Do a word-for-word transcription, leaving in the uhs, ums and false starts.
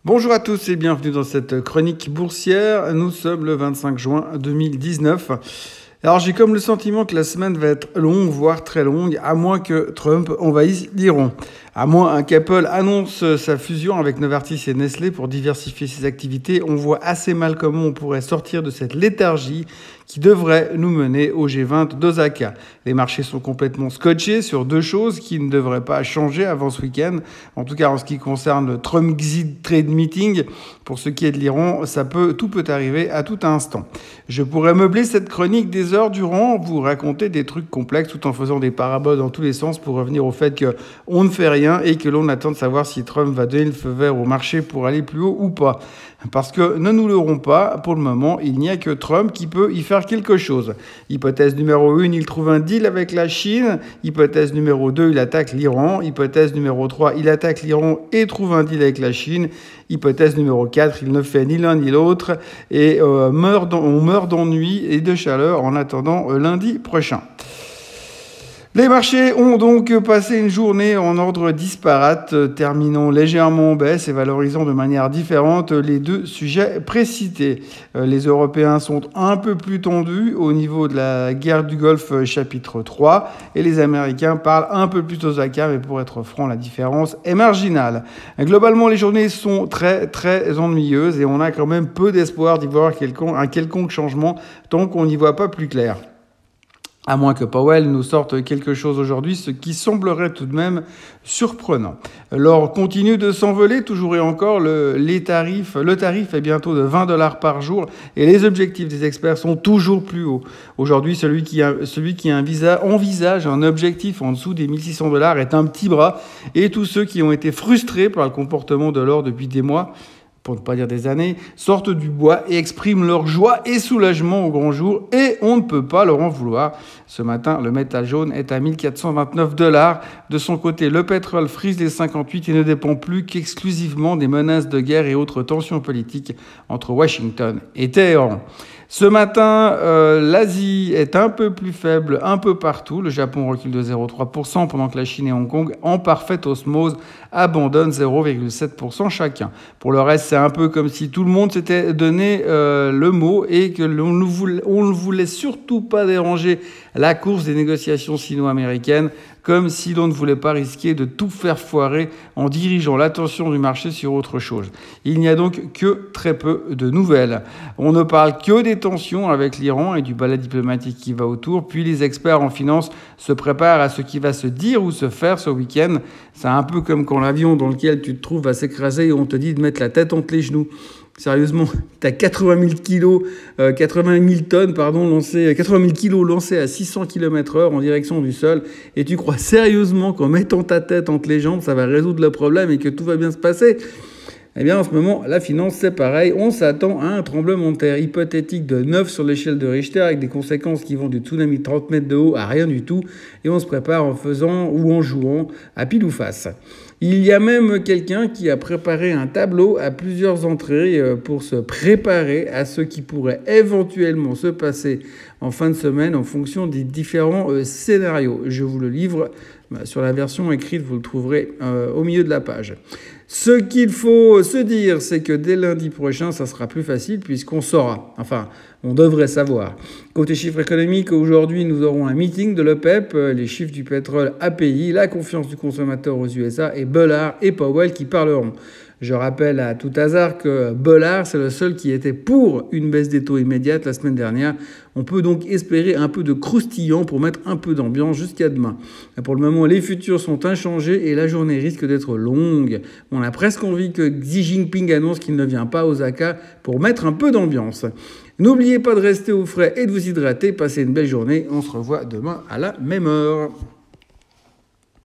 Bonjour à tous et bienvenue dans cette chronique boursière. Nous sommes le vingt-cinq juin deux mille dix-neuf. Alors j'ai comme le sentiment que la semaine va être longue, voire très longue, à moins que Trump envahisse l'Iran. À moins qu'Apple annonce sa fusion avec Novartis et Nestlé pour diversifier ses activités, on voit assez mal comment on pourrait sortir de cette léthargie qui devrait nous mener au G vingt d'Osaka. Les marchés sont complètement scotchés sur deux choses qui ne devraient pas changer avant ce week-end. En tout cas, en ce qui concerne le Trump-Xi Trade Meeting, pour ce qui est de l'Iran, ça peut, tout peut arriver à tout instant. Je pourrais meubler cette chronique des heures durant, vous raconter des trucs complexes tout en faisant des paraboles dans tous les sens pour revenir au fait qu'on ne fait rien et que l'on attend de savoir si Trump va donner le feu vert au marché pour aller plus haut ou pas. Parce que ne nous leurrons pas, pour le moment, il n'y a que Trump qui peut y faire quelque chose. Hypothèse numéro un, il trouve un deal avec la Chine. Hypothèse numéro deux, il attaque l'Iran. Hypothèse numéro trois, il attaque l'Iran et trouve un deal avec la Chine. Hypothèse numéro quatre, il ne fait ni l'un ni l'autre et euh, meurt dans, on meurt d'ennui et de chaleur en attendant euh, lundi prochain. Les marchés ont donc passé une journée en ordre disparate, terminant légèrement en baisse et valorisant de manière différente les deux sujets précités. Les Européens sont un peu plus tendus au niveau de la guerre du Golfe chapitre trois et les Américains parlent un peu plus Osaka, mais pour être franc, la différence est marginale. Globalement, les journées sont très très ennuyeuses et on a quand même peu d'espoir d'y voir un quelconque changement tant qu'on n'y voit pas plus clair. À moins que Powell nous sorte quelque chose aujourd'hui, ce qui semblerait tout de même surprenant. L'or continue de s'envoler, toujours et encore. Le, les tarifs, le tarif est bientôt de vingt dollars par jour et les objectifs des experts sont toujours plus hauts. Aujourd'hui, celui qui, a, celui qui a un visa, envisage un objectif en dessous des mille six cents dollars est un petit bras. Et tous ceux qui ont été frustrés par le comportement de l'or depuis des mois, pour ne pas dire des années, sortent du bois et expriment leur joie et soulagement au grand jour et on ne peut pas leur en vouloir. Ce matin, le métal jaune est à mille quatre cent vingt-neuf dollars. De son côté, le pétrole frise les cinquante-huit et ne dépend plus qu'exclusivement des menaces de guerre et autres tensions politiques entre Washington et Téhéran. Ce matin, euh, l'Asie est un peu plus faible un peu partout. Le Japon recule de zéro virgule trois pour cent pendant que la Chine et Hong Kong, en parfaite osmose, abandonnent zéro virgule sept pour cent chacun. Pour le reste, c'est un peu comme si tout le monde s'était donné euh, le mot et que l'on ne voulait, on ne voulait surtout pas déranger la course des négociations sino-américaines, comme si l'on ne voulait pas risquer de tout faire foirer en dirigeant l'attention du marché sur autre chose. Il n'y a donc que très peu de nouvelles. On ne parle que des tensions avec l'Iran et du balai diplomatique qui va autour, puis les experts en finance se préparent à ce qui va se dire ou se faire ce week-end. C'est un peu comme quand l'avion dans lequel tu te trouves va s'écraser et on te dit de mettre la tête entre les genoux. Sérieusement, t'as quatre-vingt mille kilos, euh, quatre-vingt mille tonnes, pardon, lancées, quatre-vingt mille kilos lancés à six cents kilomètres heure en direction du sol, et tu crois sérieusement qu'en mettant ta tête entre les jambes, ça va résoudre le problème et que tout va bien se passer? Eh bien, en ce moment, la finance, c'est pareil. On s'attend à un tremblement de terre hypothétique de neuf sur l'échelle de Richter avec des conséquences qui vont du tsunami de trente mètres de haut à rien du tout. Et on se prépare en faisant ou en jouant à pile ou face. Il y a même quelqu'un qui a préparé un tableau à plusieurs entrées pour se préparer à ce qui pourrait éventuellement se passer en fin de semaine en fonction des différents scénarios. Je vous le livre sur la version écrite, vous le trouverez au milieu de la page. Ce qu'il faut se dire, c'est que dès lundi prochain, ça sera plus facile puisqu'on saura. Enfin, on devrait savoir. Côté chiffres économiques, aujourd'hui, nous aurons un meeting de l'O P E P, les chiffres du pétrole A P I, la confiance du consommateur aux U S A et Bullard et Powell qui parleront. Je rappelle à tout hasard que Bullard, c'est le seul qui était pour une baisse des taux immédiate la semaine dernière. On peut donc espérer un peu de croustillant pour mettre un peu d'ambiance jusqu'à demain. Pour le moment, les futurs sont inchangés et la journée risque d'être longue. On a presque envie que Xi Jinping annonce qu'il ne vient pas à Osaka pour mettre un peu d'ambiance. N'oubliez pas de rester au frais et de vous hydrater. Passez une belle journée. On se revoit demain à la même heure.